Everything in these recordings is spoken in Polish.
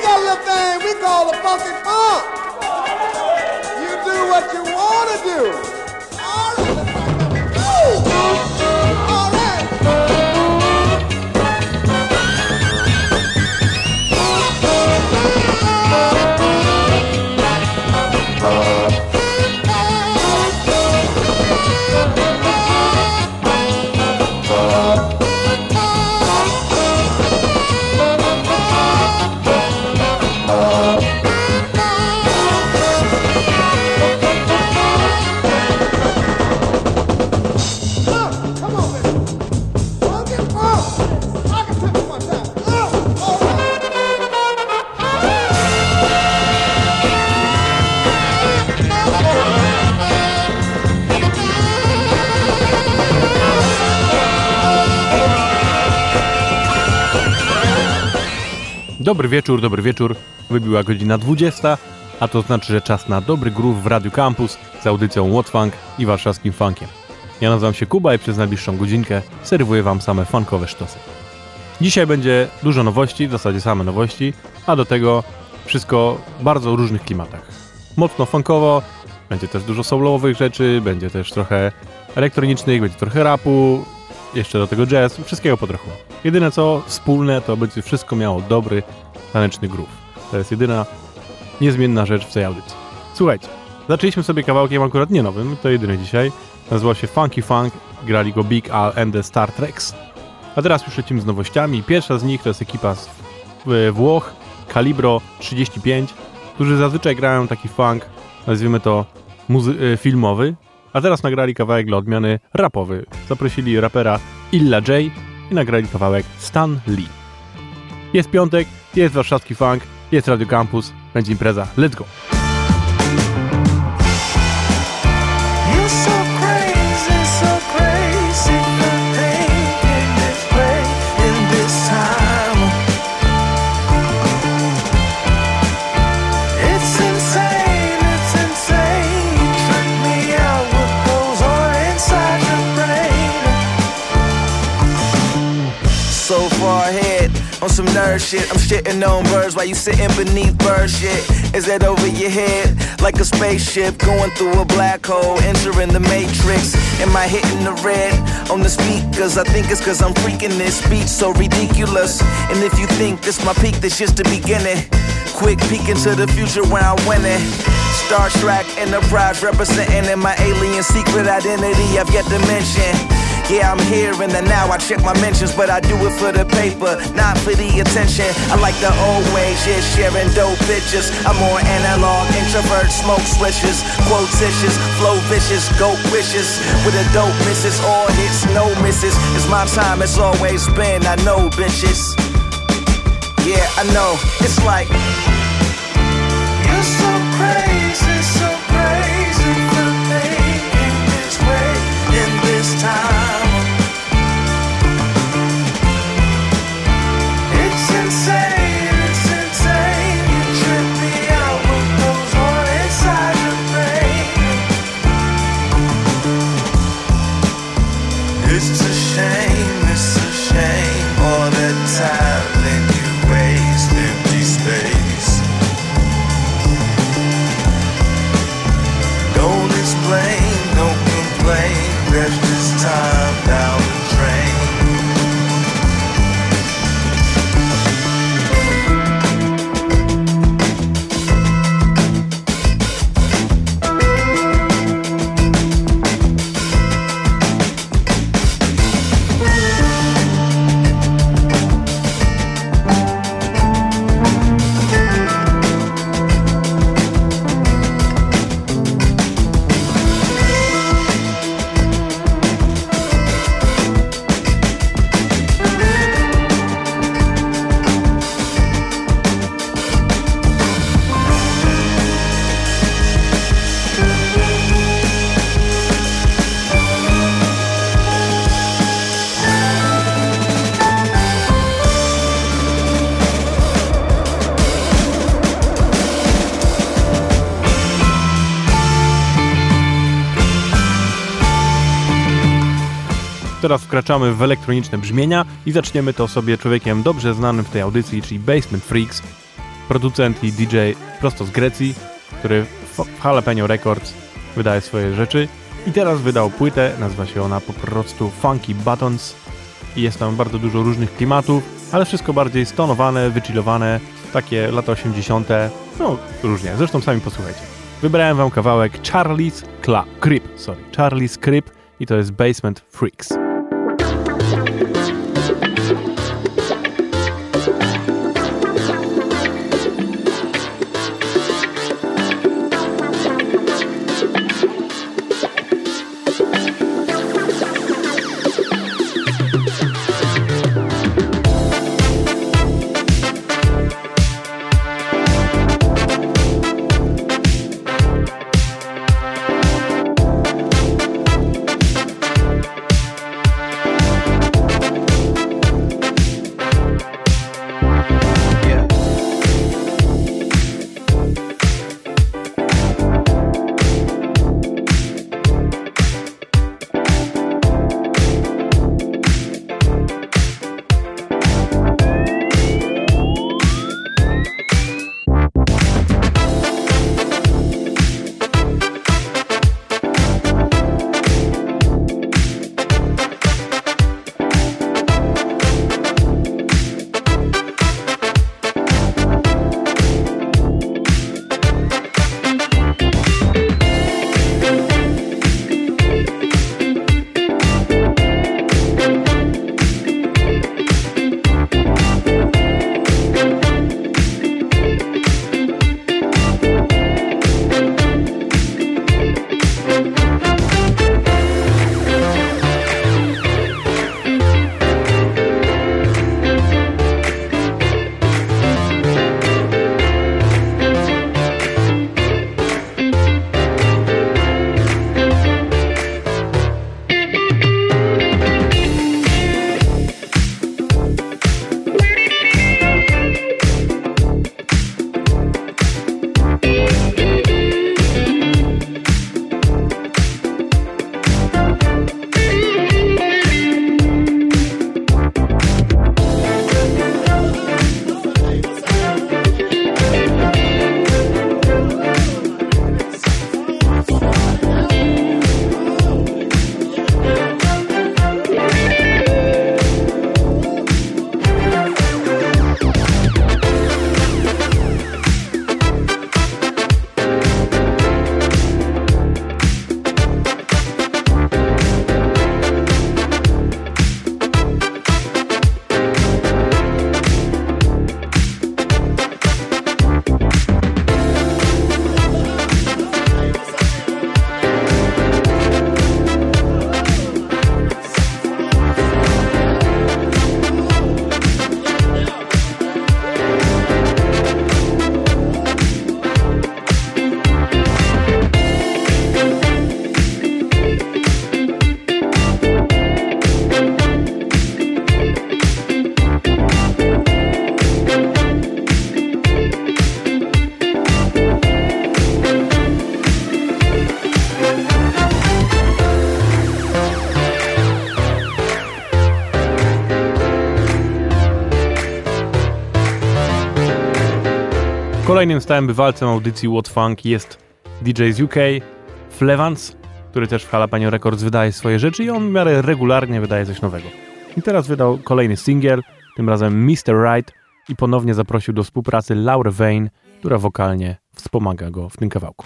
got a little thing we call the funky funk. You do what you want to do. All right, let's rock that. All right. Dobry wieczór. Wybiła godzina 20, a to znaczy, że czas na dobry groove w Radiu Campus z audycją What Funk i warszawskim funkiem. Ja nazywam się Kuba i przez najbliższą godzinkę serwuję wam same funkowe sztosy. Dzisiaj będzie dużo nowości, w zasadzie same nowości, a do tego wszystko w bardzo różnych klimatach. Mocno funkowo, będzie też dużo soulowych rzeczy, będzie też trochę elektronicznych, będzie trochę rapu, jeszcze do tego jazz, wszystkiego po trochu. Jedyne co wspólne, to będzie wszystko miało dobry, taneczny groove. To jest jedyna niezmienna rzecz w tej audycji. Słuchajcie, zaczęliśmy sobie kawałkiem akurat nie nowym, to jedyny dzisiaj. Nazywał się Funky Funk, grali go Big Al and the Star Treks. A teraz już lecimy z nowościami. Pierwsza z nich to jest ekipa z Włoch, Calibro 35, którzy zazwyczaj grają taki funk, nazwijmy to filmowy, a teraz nagrali kawałek dla odmiany rapowy. Zaprosili rapera Illa J i nagrali kawałek Stan Lee. Jest piątek, jest warszawski funk, jest Radio Campus, będzie impreza. Let's go! On some nerd shit, I'm shitting on birds while you sitting beneath bird shit. Is that over your head? Like a spaceship going through a black hole, entering the matrix. Am I hitting the red on the speakers? I think it's cause I'm freaking this beat so ridiculous. And if you think this my peak, this just the beginning. Quick peek into the future where I'm winning. Star Trek Enterprise representing in my alien secret identity I've yet to mention. Yeah, I'm here in the now, I check my mentions, but I do it for the paper, not for the attention. I like the old ways, yeah, sharing dope pictures. I'm more analog, introvert, smoke switches, quotitious, flow vicious, goat wishes. With a dope misses, all hits, no misses. It's my time, it's always been, I know, bitches. Yeah, I know, it's like you're so crazy, so crazy for thinking this way in this time. Teraz wkraczamy w elektroniczne brzmienia i zaczniemy to sobie człowiekiem dobrze znanym w tej audycji, czyli Basement Freaks. producent i DJ prosto z Grecji, który w Jalapeno Records wydaje swoje rzeczy i teraz wydał płytę, nazywa się ona po prostu Funky Buttons i jest tam bardzo dużo różnych klimatów, ale wszystko bardziej stonowane, wychillowane, takie lata 80. No różnie, zresztą sami posłuchajcie. Wybrałem wam kawałek Charlie's Crib i to jest Basement Freaks. Kolejnym stałym bywalcem audycji What Funk jest DJ z UK, Flevans, który też w Jalapeno Records wydaje swoje rzeczy i on w miarę regularnie wydaje coś nowego. I teraz wydał kolejny singiel, tym razem Mr. Right i ponownie zaprosił do współpracy Laurę Vane, która wokalnie wspomaga go w tym kawałku.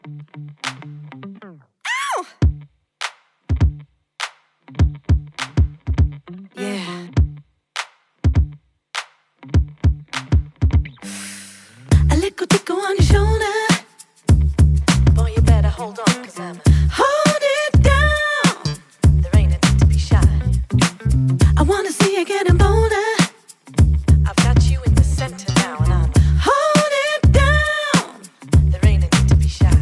Hold on, 'cause I'm hold it down. There ain't a need to be shy. I wanna see you getting bolder. I've got you in the center now, and I'm hold it down. There ain't a need to be shy.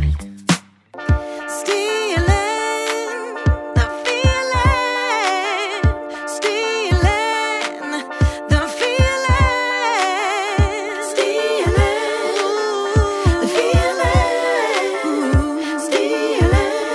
Stealing the feeling, stealing the feeling, stealing the feeling. Stealing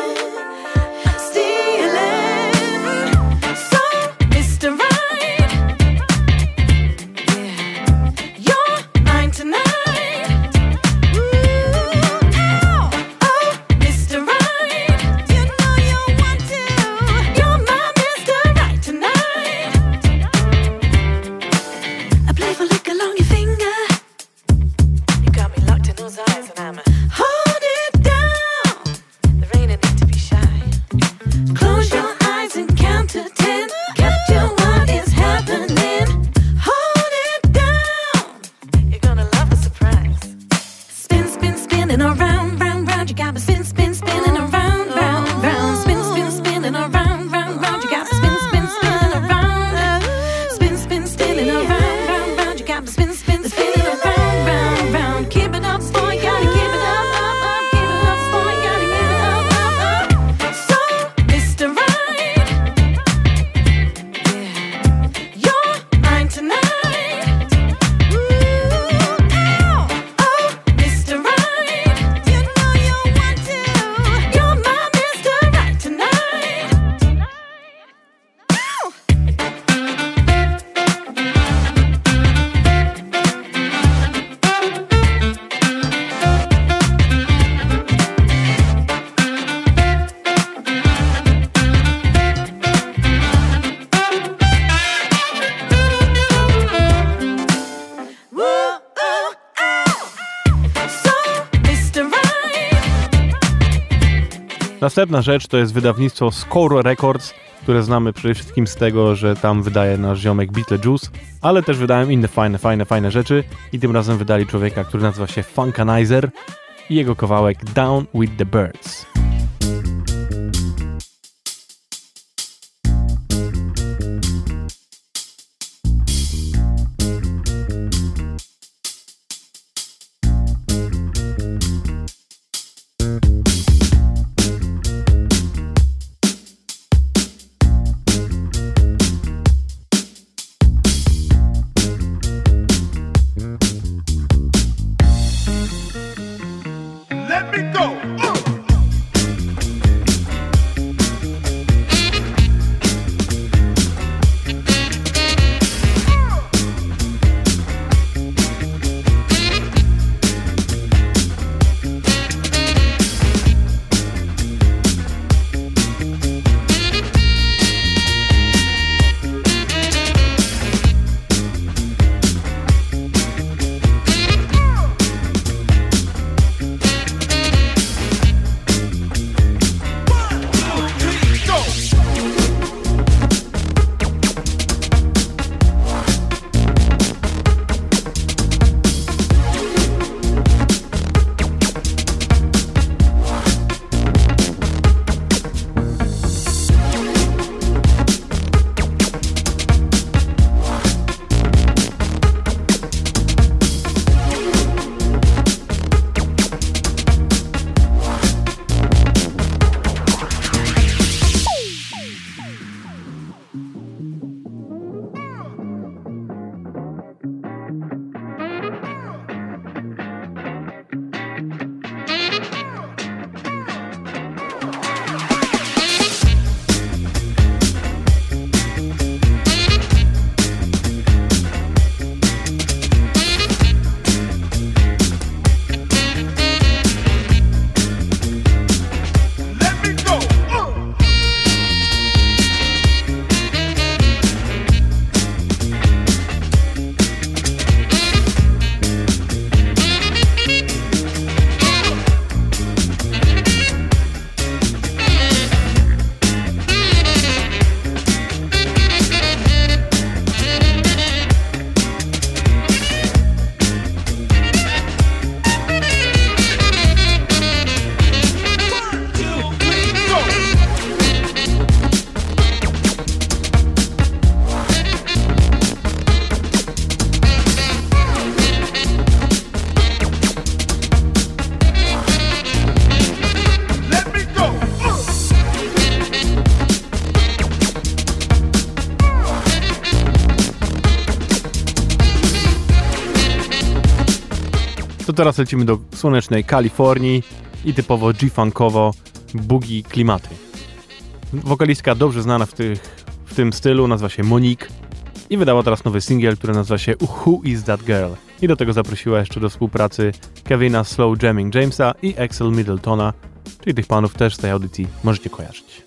spin, spin, spin it around, round, round. Keep it up, boy, gotta keep it up, up, up. Keep it up, boy, gotta keep it up, up, up. So, Mr. Right, yeah, you're mine tonight. Ooh, ow, oh, Mr. Right, you know you want to. You're my Mr. Right tonight. Ow. Woo, ooh, ow. So, Mr. Right. Następna rzecz to jest wydawnictwo Score Records, które znamy przede wszystkim z tego, że tam wydaje nasz ziomek Beetlejuice, ale też wydają inne fajne rzeczy i tym razem wydali człowieka, który nazywa się Funkanizer i jego kawałek Down with the Birds. Let me go. To teraz lecimy do słonecznej Kalifornii i typowo G-funkowo boogie klimaty. Wokalistka dobrze znana w tym stylu nazywa się Monique i wydała teraz nowy singiel, który nazywa się Who Is That Girl? I do tego zaprosiła jeszcze do współpracy Kevina Slow Jamming Jamesa i Axel Middletona, czyli tych panów też z tej audycji możecie kojarzyć.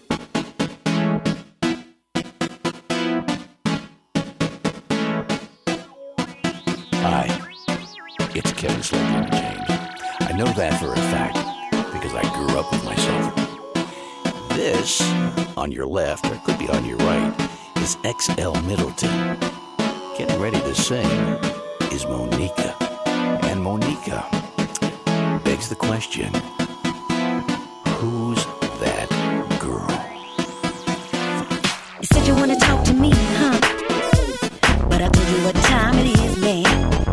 Hi, it's Kevin Slow Jamming James. I know that for a fact because I grew up with myself. This, on your left, or it could be on your right, is XL Middleton. Getting ready to sing is Monica. And Monica begs the question, who's that girl? You said you want to talk to me, huh? But I told you what time it is, man.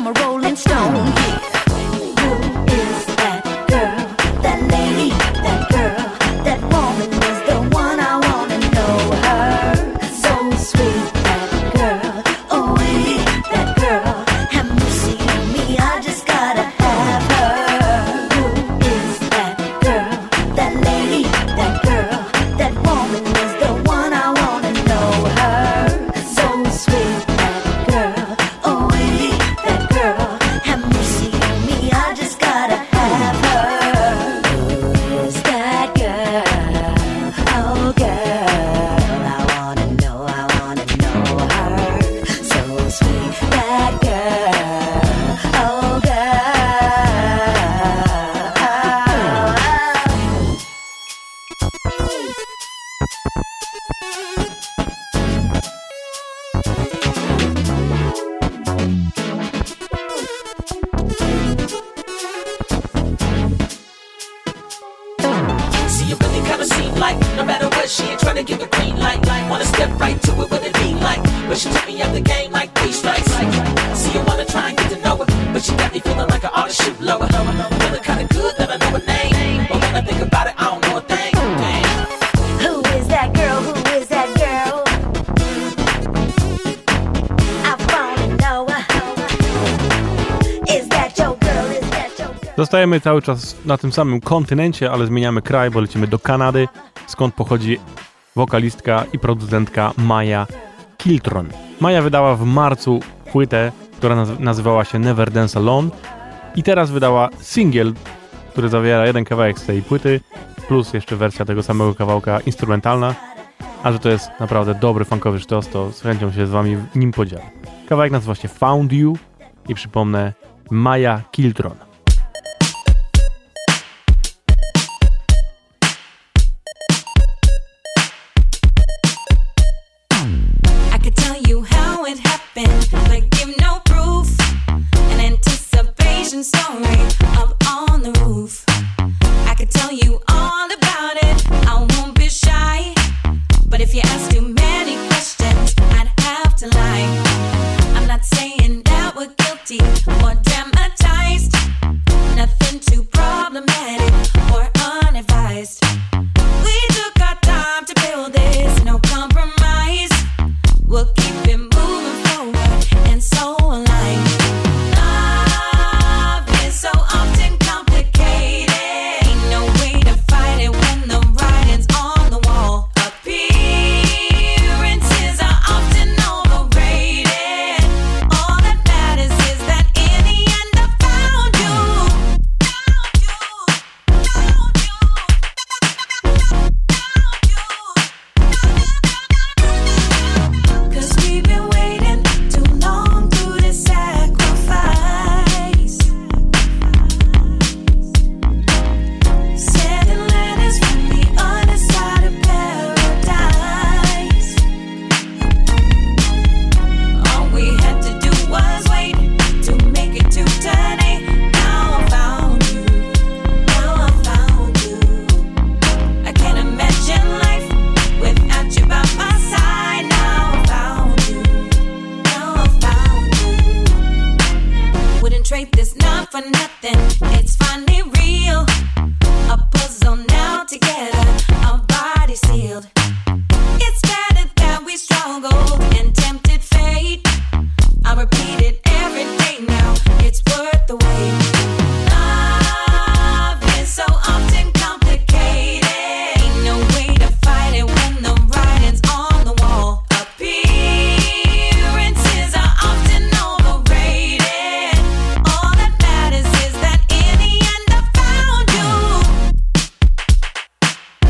a rolling stone. Who is that girl, that lady, that girl, that woman is the one I wanna know her. So sweet, that girl, oh wait, that girl, have mercy on me, I just gotta have her. Who is that girl, that lady, that girl, that woman is the one I wanna know her. So sweet, that girl, oh wait, that girl, have mercy on me, I just gotta have her. Who is that girl, oh girl, I wanna know her. So sweet, that girl, oh girl. See, you really kinda seem like no matter what, she ain't tryna give a green light. Wanna step right to it, what it be like. But she took me out the game like 3 strikes. See, you wanna try and get to know her, but she got me feeling like I ought to shoot lower. Feeling kinda good that I know her name, but when I think about it, I don't know a thing. Damn. Who is that girl? Who is that girl? I wanna know her. Is that your girl? Is that your girl? Zostajemy cały czas na tym samym kontynencie, ale zmieniamy kraj, bo lecimy do Kanady, skąd pochodzi wokalistka i producentka Maya Kiltron. Maya wydała w marcu płytę, która nazywała się Never Dance Alone i teraz wydała singiel, który zawiera jeden kawałek z tej płyty, plus jeszcze wersja tego samego kawałka instrumentalna, a że to jest naprawdę dobry funkowy sztos, to z chęcią się z wami nim podzielę. Kawałek nazywa się Found You i przypomnę, Maya Kiltron. I could tell you how it happened, but give no proof. An anticipation story up on the roof. I could tell you all about it, I won't be shy. But if you ask too many questions, I'd have to lie. I'm not saying that we're guilty or dramatized. Nothing too problematic or unadvised. We took our time to build this, no compromise. We'll keep it moving forward and so aligned. Love is so often complicated. Ain't no way to fight it when the writing's on the wall. Appearances are often overrated. All that matters is that in the end I found you. Cause we've been waiting too long through this sacrifice. Sending letters from the other side of paradise. All we had to do was wait to make it to today. Now I found you. Now I found you. I can't imagine life without you by my side. Now I found you. Now I found you. Wouldn't trade this not for nothing. It's finally real. A puzzle now together, our bodies sealed. It's better that we struggled and tempted fate. I repeat it every day now. It's worth the wait. Love is so often complicated. Ain't no way to fight it when the writing's on the wall. Appearances are often overrated. All that matters is that in the end I found you.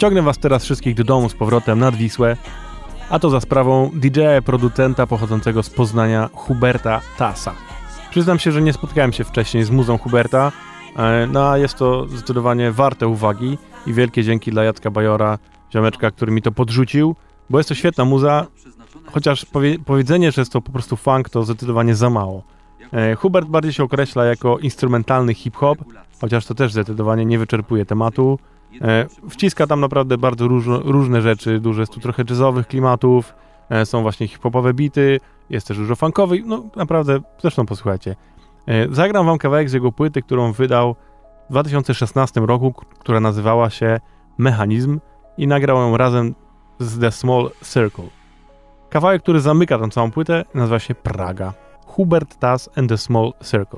Ciągnę was teraz wszystkich do domu z powrotem nad Wisłę, a to za sprawą DJ-a, producenta pochodzącego z Poznania, Huberta Tassa. Przyznam się, że nie spotkałem się wcześniej z muzą Huberta, no a jest to zdecydowanie warte uwagi i wielkie dzięki dla Jacka Bajora, ziomeczka, który mi to podrzucił, bo jest to świetna muza, chociaż powiedzenie, że jest to po prostu funk, to zdecydowanie za mało. Hubert bardziej się określa jako instrumentalny hip-hop, chociaż to też zdecydowanie nie wyczerpuje tematu. Wciska tam naprawdę bardzo różne rzeczy, dużo jest tu trochę jazzowych klimatów, są właśnie hip-hopowe bity, jest też dużo funkowych, no naprawdę, zresztą posłuchajcie. Zagram wam kawałek z jego płyty, którą wydał w 2016 roku, która nazywała się Mechanizm i nagrał ją razem z The Small Circle. Kawałek, który zamyka tę całą płytę, nazywa się Praga. Hubert Tass and The Small Circle.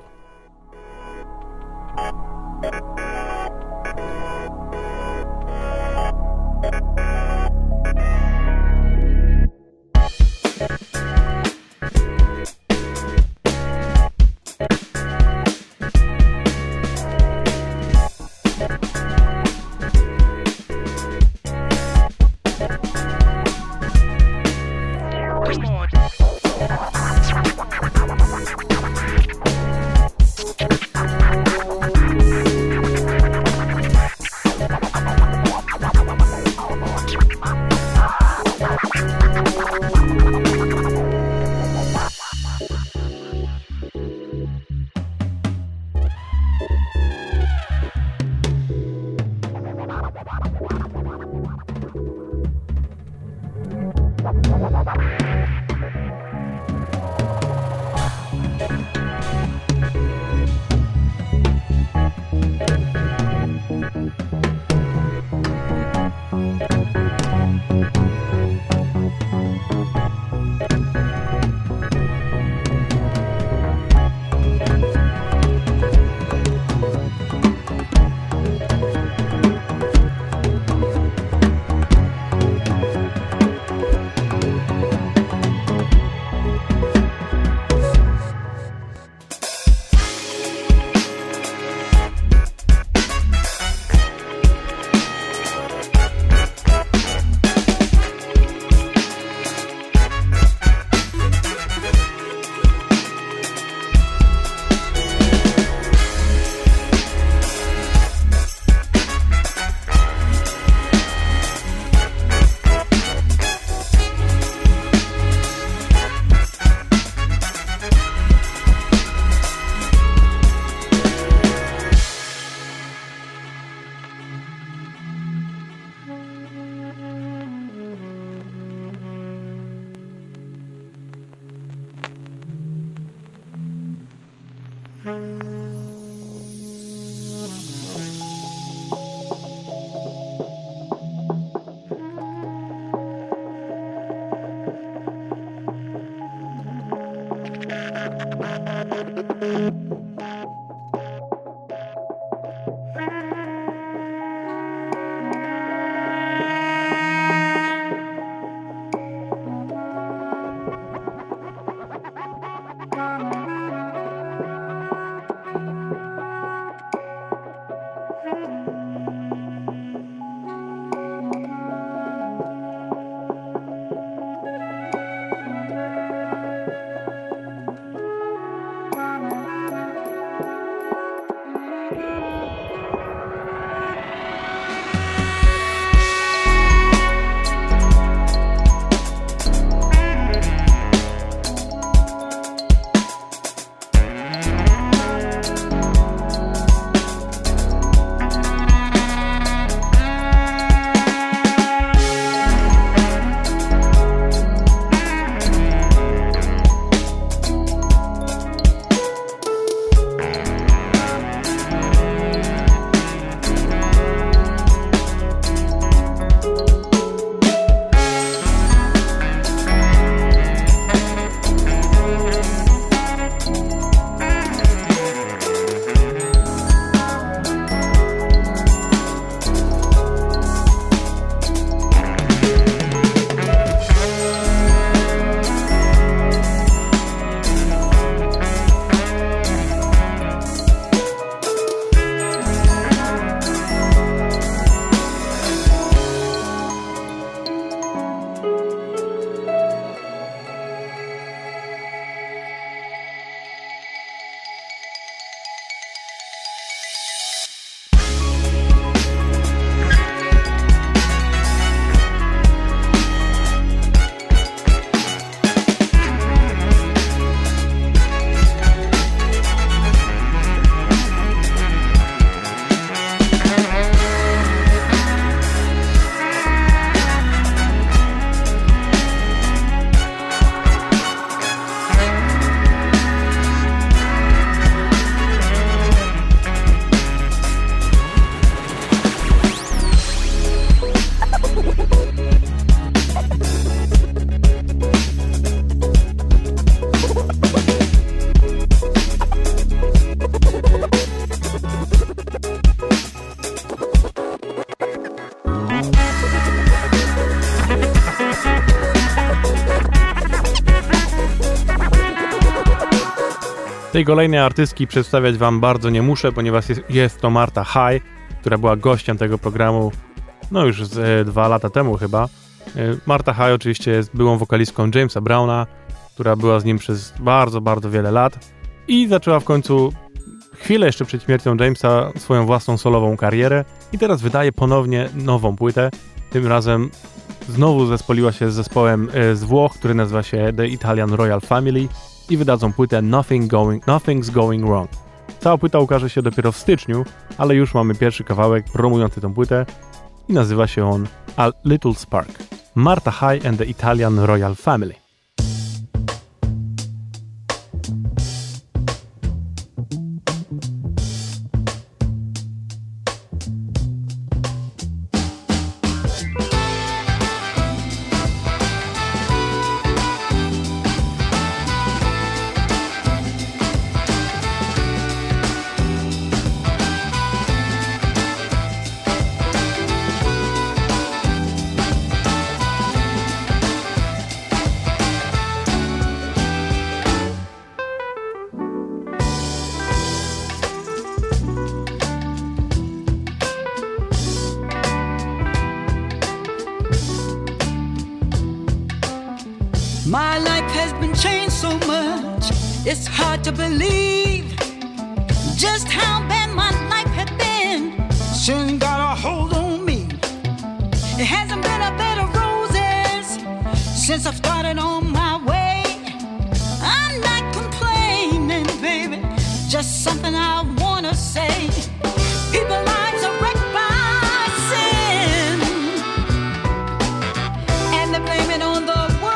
Tej kolejnej artystki przedstawiać wam bardzo nie muszę, ponieważ jest to Martha High, która była gościem tego programu już z 2 lata temu chyba. Martha High oczywiście jest byłą wokalistką Jamesa Browna, która była z nim przez bardzo, bardzo wiele lat i zaczęła w końcu chwilę jeszcze przed śmiercią Jamesa swoją własną solową karierę i teraz wydaje ponownie nową płytę. Tym razem znowu zespoliła się z zespołem z Włoch, który nazywa się The Italian Royal Family i wydadzą płytę Nothing's Going Wrong. Cała płyta ukaże się dopiero w styczniu, ale już mamy pierwszy kawałek promujący tę płytę i nazywa się on A Little Spark. Martha High and the Italian Royal Family. My life has been changed so much, it's hard to believe just how bad my life had been. Sin got a hold on me. It hasn't been a bed of roses since I've started on my way. I'm not complaining, baby, just something I wanna say. People's lives are wrecked by sin, and they blame it on the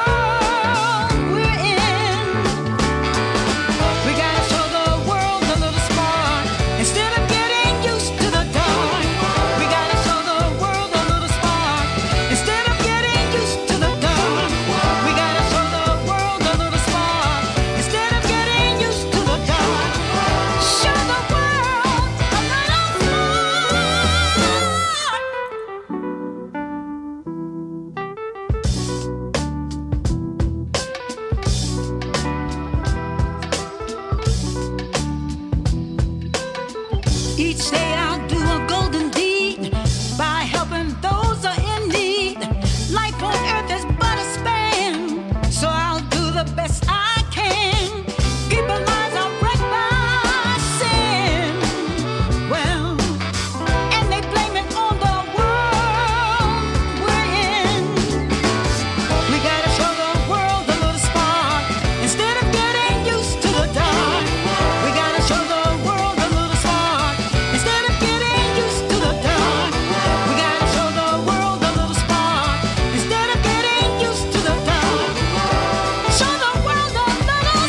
each day I'll do a golden deed by helping those who are in need. Life on earth is but a span, so I'll do the best I can. People's lives are wrecked by sin, well, and they blame it on the world we're in. We gotta show the world a little spark instead of getting used to the dark. We gotta show the world a little spark instead of getting used to the dark. We gotta show the world a little spark instead of getting used to the dark. Show the world a little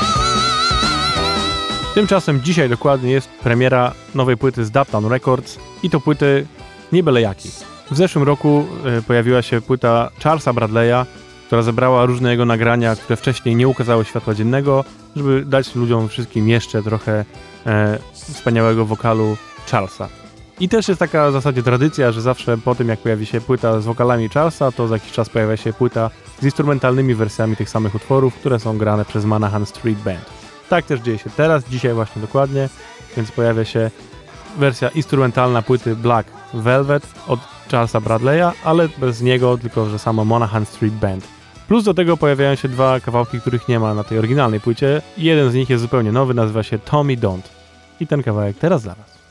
spark. Tymczasem dzisiaj dokładnie jest premiera nowej płyty z Dubtown Records i to płyty nie byle jakiej. W zeszłym roku pojawiła się płyta Charlesa Bradley'a, która zebrała różne jego nagrania, które wcześniej nie ukazały światła dziennego, żeby dać ludziom wszystkim jeszcze trochę wspaniałego wokalu Charlesa. I też jest taka w zasadzie tradycja, że zawsze po tym jak pojawi się płyta z wokalami Charlesa, to za jakiś czas pojawia się płyta z instrumentalnymi wersjami tych samych utworów, które są grane przez Manahan Street Band. Tak też dzieje się teraz, dzisiaj właśnie dokładnie, więc pojawia się wersja instrumentalna płyty Black Velvet od Charlesa Bradley'a, ale bez niego, tylko że sama Manahan Street Band. Plus do tego pojawiają się 2 kawałki, których nie ma na tej oryginalnej płycie. Jeden z nich jest zupełnie nowy, nazywa się Tommy Don't. I ten kawałek teraz dla was.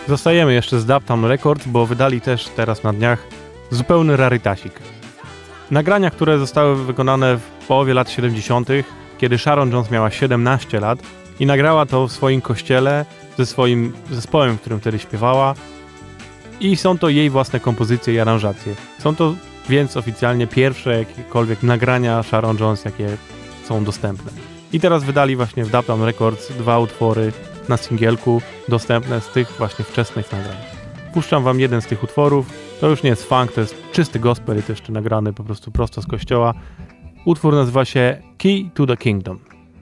Zostajemy jeszcze z Dubtown Records, bo wydali też teraz na dniach zupełny rarytasik. Nagrania, które zostały wykonane w połowie lat 70., kiedy Sharon Jones miała 17 lat i nagrała to w swoim kościele ze swoim zespołem, w którym wtedy śpiewała, i są to jej własne kompozycje i aranżacje. Są to więc oficjalnie pierwsze jakiekolwiek nagrania Sharon Jones, jakie są dostępne. I teraz wydali właśnie w Dubtown Records 2 utwory na singielku dostępne z tych właśnie wczesnych nagrań. Puszczam wam jeden z tych utworów. To już nie jest funk, to jest czysty gospel i to jeszcze nagrany po prostu prosto z kościoła. Utwór nazywa się Key to the Kingdom.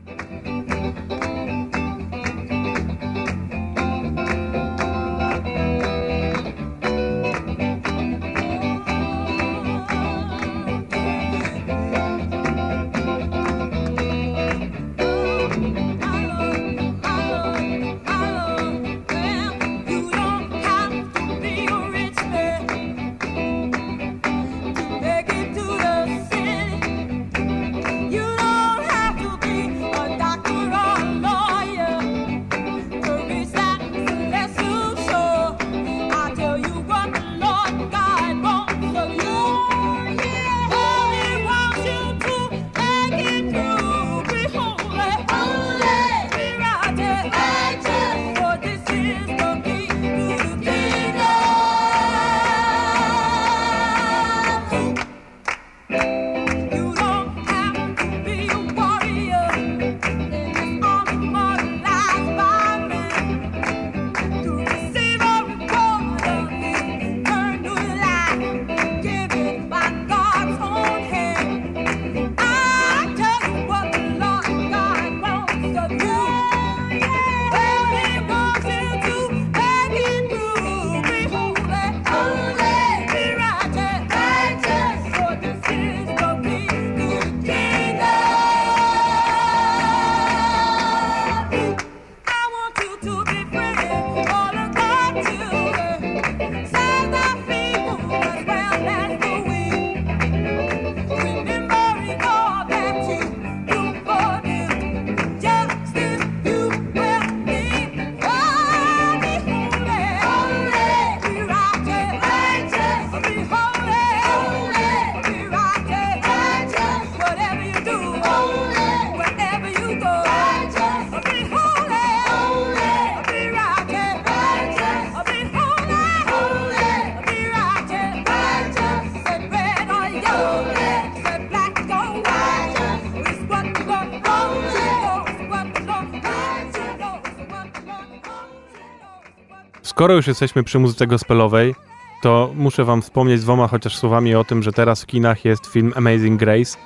Skoro już jesteśmy przy muzyce gospelowej, to muszę wam wspomnieć 2 chociaż słowami o tym, że teraz w kinach jest film Amazing Grace,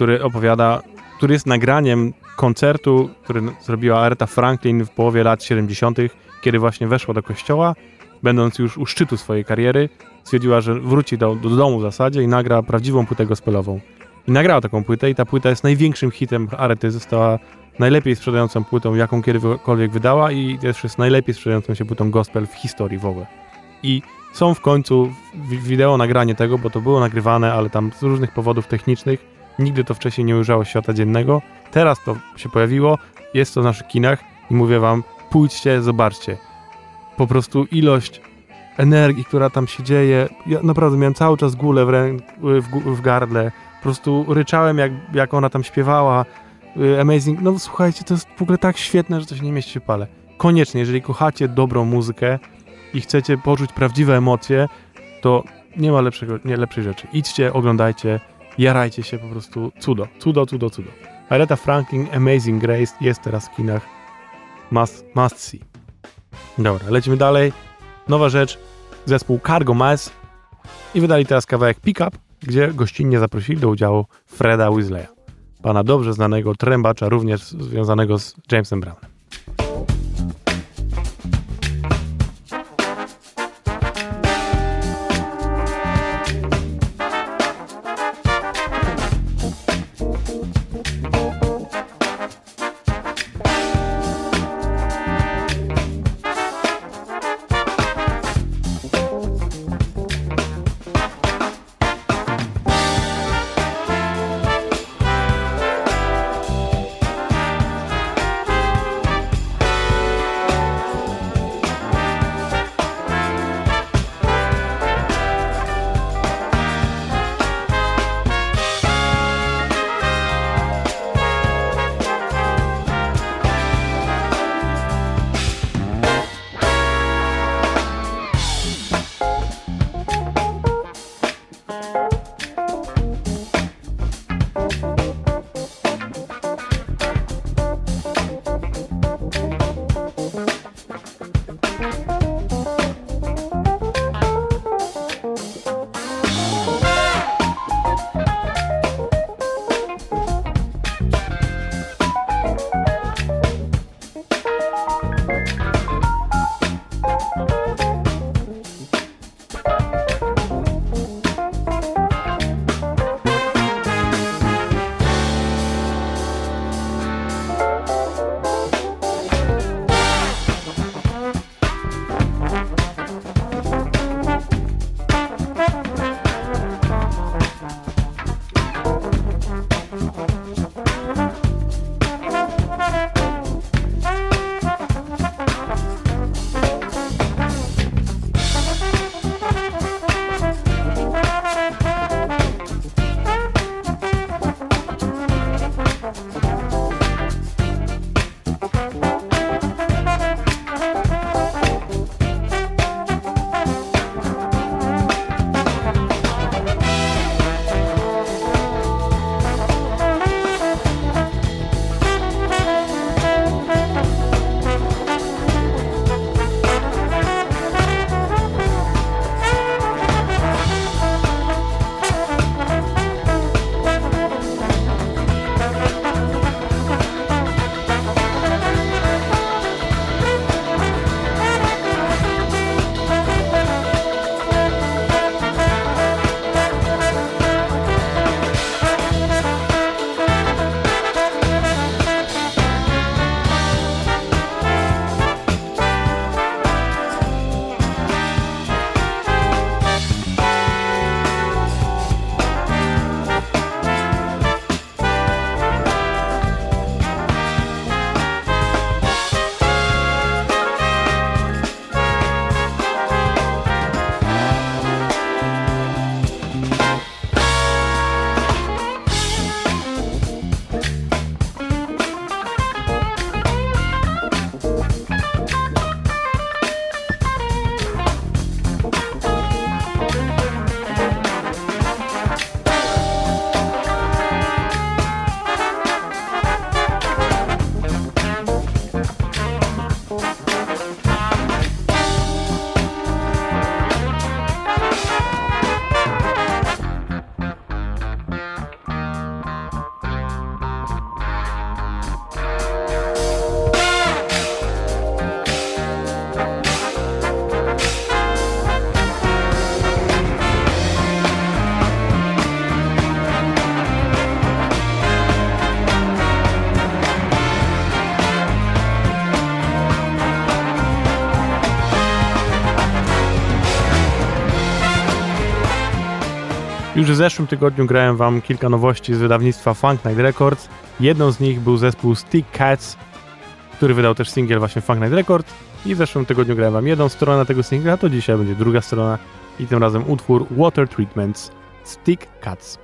który jest nagraniem koncertu, który zrobiła Aretha Franklin w połowie lat 70., kiedy właśnie weszła do kościoła, będąc już u szczytu swojej kariery, stwierdziła, że wróci do domu w zasadzie i nagra prawdziwą płytę gospelową. I nagrała taką płytę i ta płyta jest największym hitem Arety, została najlepiej sprzedającą płytą, jaką kiedykolwiek wydała i też jest najlepiej sprzedającą się płytą gospel w historii w ogóle. I są w końcu wideo nagranie tego, bo to było nagrywane, ale tam z różnych powodów technicznych nigdy to wcześniej nie ujrzało świata dziennego. Teraz to się pojawiło, jest to w naszych kinach i mówię wam, pójdźcie, zobaczcie. Po prostu ilość energii, która tam się dzieje, ja naprawdę miałem cały czas gulę w gardle, po prostu ryczałem jak ona tam śpiewała. Amazing, no słuchajcie, to jest w ogóle tak świetne, że to się nie mieści w pale. Koniecznie, jeżeli kochacie dobrą muzykę i chcecie poczuć prawdziwe emocje, to nie ma lepszej rzeczy. Idźcie, oglądajcie, jarajcie się, po prostu cudo. Aretha Franklin, Amazing Grace jest teraz w kinach. Must see. Dobra, lecimy dalej. Nowa rzecz, zespół Cargo Mass i wydali teraz kawałek Pick Up, gdzie gościnnie zaprosili do udziału Freda Weasleya, pana dobrze znanego trębacza, również związanego z Jamesem Brownem. Już w zeszłym tygodniu grałem wam kilka nowości z wydawnictwa Funk Night Records. Jedną z nich był zespół Stick Cats, który wydał też singiel właśnie Funk Night Records. I w zeszłym tygodniu grałem wam jedną stronę tego singla, a to dzisiaj będzie druga strona i tym razem utwór Water Treatments Stick Cats.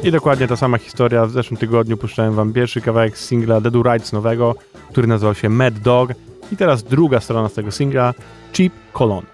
I dokładnie ta sama historia. W zeszłym tygodniu puszczałem wam pierwszy kawałek z singla The Do Rights nowego, który nazywał się Mad Dog. I teraz druga strona z tego singla, Cheap Cologne.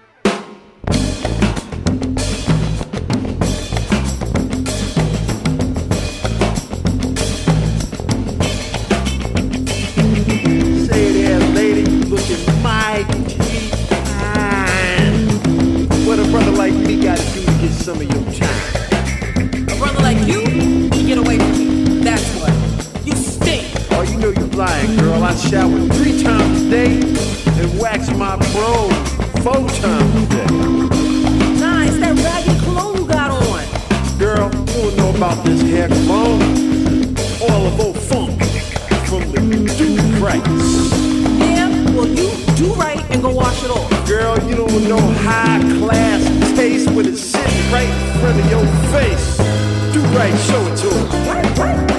Some of your time. A brother like you, get away from me. That's what. You stink. Oh, you know you're lying, girl. I shower 3 times a day and wax my bro 4 times a day. Nah, it's that ragged cologne you got on. Girl, you don't know about this hair cologne. Oil of old funk from the Do Rights. Yeah, well, you do right and go wash it off. Girl, you don't know high class taste when it's sitting right in front of your face. Do right, show it to him.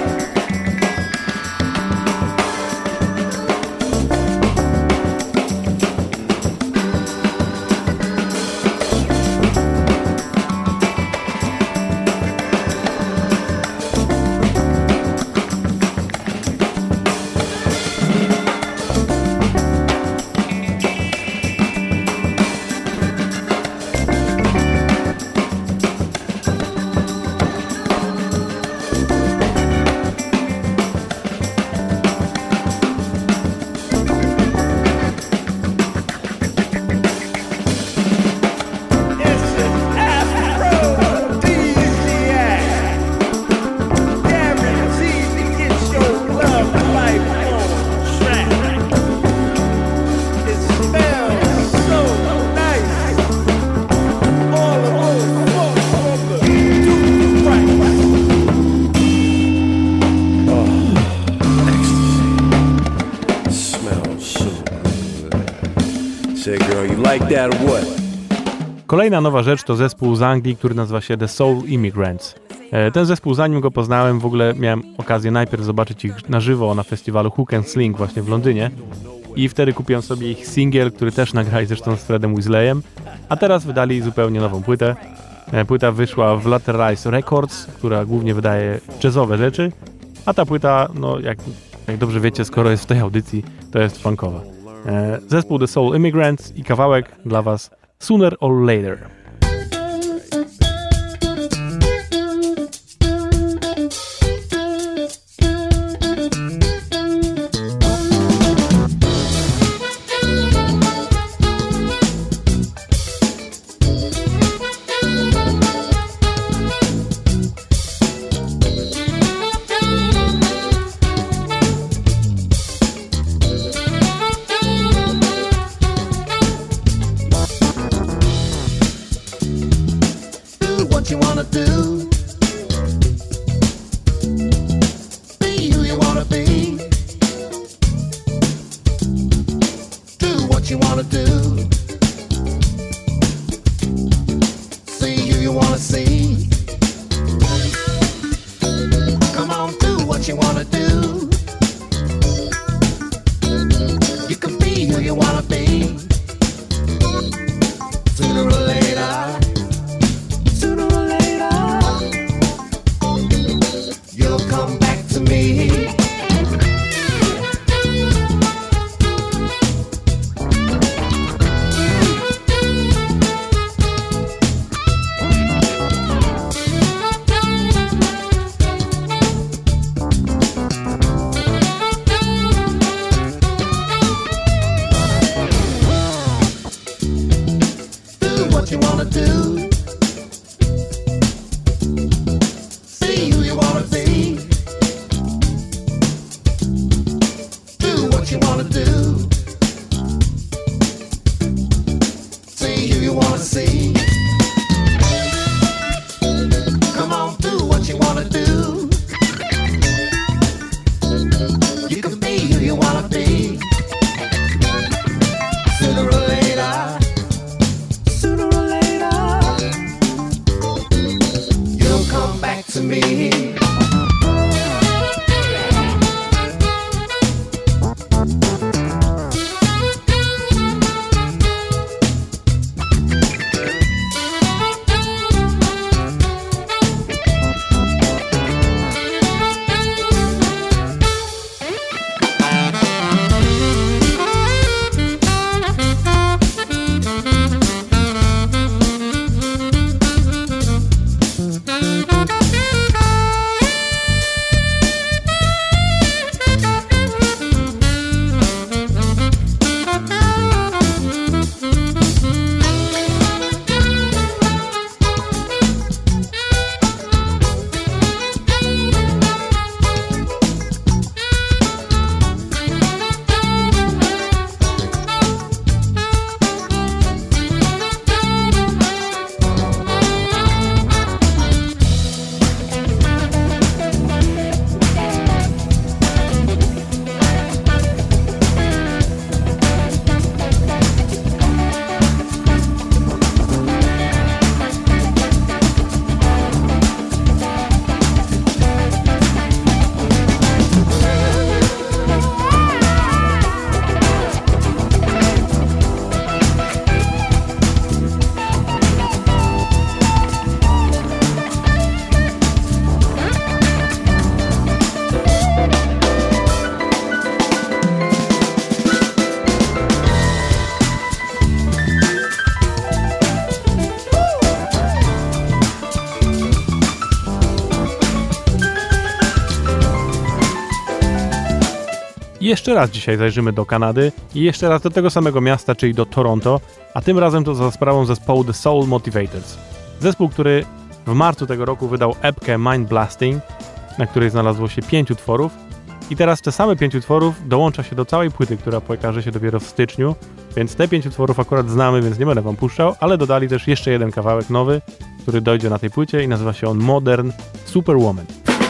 Kolejna nowa rzecz to zespół z Anglii, który nazywa się The Soul Immigrants. Ten zespół, zanim go poznałem, w ogóle miałem okazję najpierw zobaczyć ich na żywo na festiwalu Hook and Sling właśnie w Londynie i wtedy kupiłem sobie ich singiel, który też nagrali zresztą z Fredem Weasleyem, a teraz wydali zupełnie nową płytę. Płyta wyszła w Lateralize Records, która głównie wydaje jazzowe rzeczy, a ta płyta, no jak dobrze wiecie, skoro jest w tej audycji, to jest funkowa. Zespół The Soul Immigrants i kawałek dla was Sooner or Later. I jeszcze raz dzisiaj zajrzymy do Kanady i jeszcze raz do tego samego miasta, czyli do Toronto, a tym razem to za sprawą zespołu The Soul Motivators. Zespół, który w marcu tego roku wydał epkę Mind Blasting, na której znalazło się 5 utworów i teraz te same 5 utworów dołącza się do całej płyty, która pokaże się dopiero w styczniu, więc te 5 utworów akurat znamy, więc nie będę wam puszczał, ale dodali też jeszcze jeden kawałek nowy, który dojdzie na tej płycie i nazywa się on Modern Superwoman.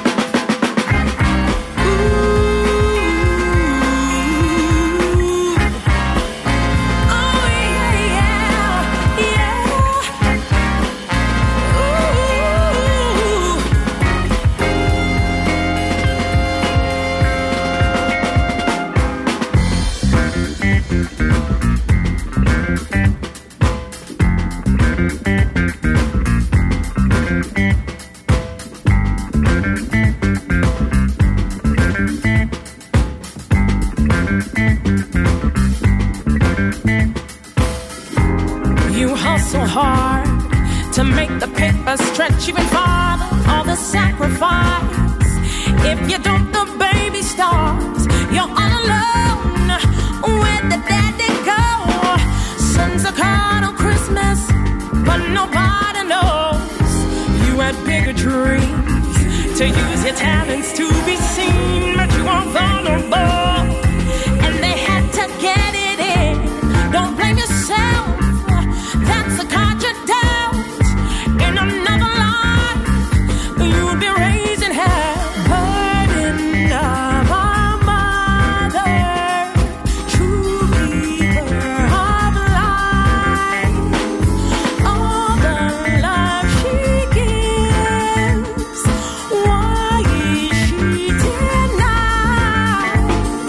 Hard to make the paper stretch even farther, all the sacrifice. If you don't, the baby starves. You're all alone. Where'd the daddy go? Sons are caught on Christmas, but nobody knows. You had bigger dreams to use your talents to be seen, but you weren't vulnerable, and they had to get it in. Don't blame yourself. That's a card you dealt. In another life, you'd be raising hell. Burden of our mother, true keeper of life. All the love she gives, why is she denied?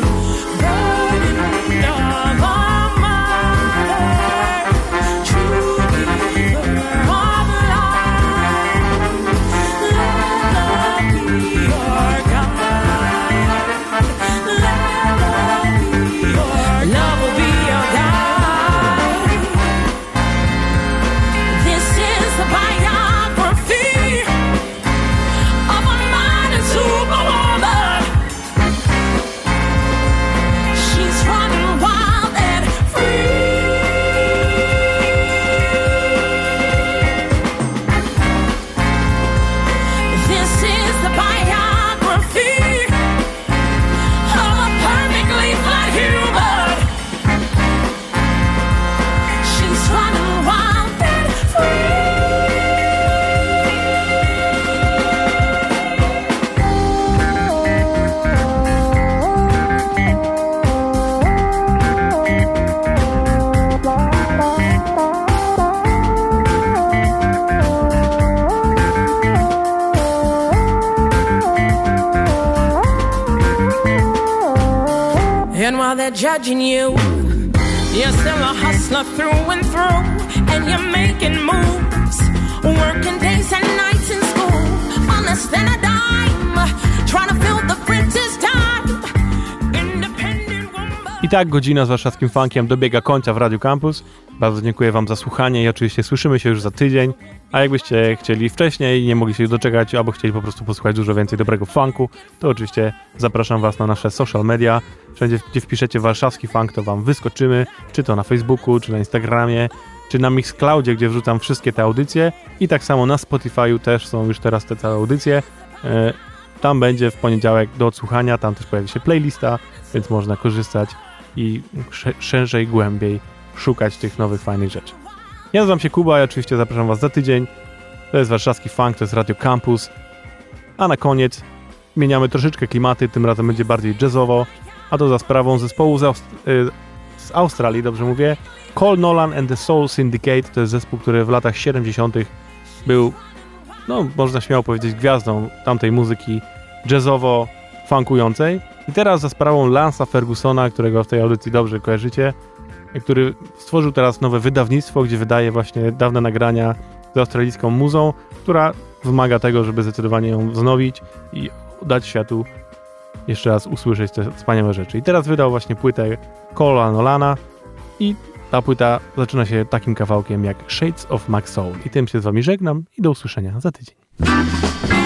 Burden of our mother, true keeper of life. Let love be your guide. Let love will be your guide. This is the biography of a modern superwoman. She's running wild and free. This is the biography of a perfectly flat human. She's running wild and free. And while they're judging you, you're still a hustler through and through, and you're making moves, working days and nights in school, on less than a dime, trying to fill the printer's time. Independent woman. I tak godzina z warszawskim funkiem dobiega końca w Radio Campus. Bardzo dziękuję wam za słuchanie i oczywiście słyszymy się już za tydzień. A jakbyście chcieli wcześniej i nie mogli się doczekać, albo chcieli po prostu posłuchać dużo więcej dobrego funku, to oczywiście zapraszam was na nasze social media. Wszędzie, gdzie wpiszecie warszawski funk, to wam wyskoczymy, czy to na Facebooku, czy na Instagramie, czy na Mixcloudzie, gdzie wrzucam wszystkie te audycje. I tak samo na Spotify'u też są już teraz te całe audycje. Tam będzie w poniedziałek do odsłuchania, tam też pojawi się playlista, więc można korzystać i szerzej, głębiej szukać tych nowych, fajnych rzeczy. Ja nazywam się Kuba i oczywiście zapraszam was za tydzień. To jest warszawski funk, to jest Radio Campus. A na koniec zmieniamy troszeczkę klimaty, tym razem będzie bardziej jazzowo, a to za sprawą zespołu z Australii, dobrze mówię. Cole Nolan and the Soul Syndicate to jest zespół, który w latach 70. był, no można śmiało powiedzieć, gwiazdą tamtej muzyki jazzowo-funkującej. I teraz za sprawą Lance'a Fergusona, którego w tej audycji dobrze kojarzycie, który stworzył teraz nowe wydawnictwo, gdzie wydaje właśnie dawne nagrania z australijską muzą, która wymaga tego, żeby zdecydowanie ją wznowić i dać światu jeszcze raz usłyszeć te wspaniałe rzeczy. I teraz wydał właśnie płytę Cole'a Nolana i ta płyta zaczyna się takim kawałkiem jak Shades of Max Soul. I tym się z wami żegnam i do usłyszenia za tydzień.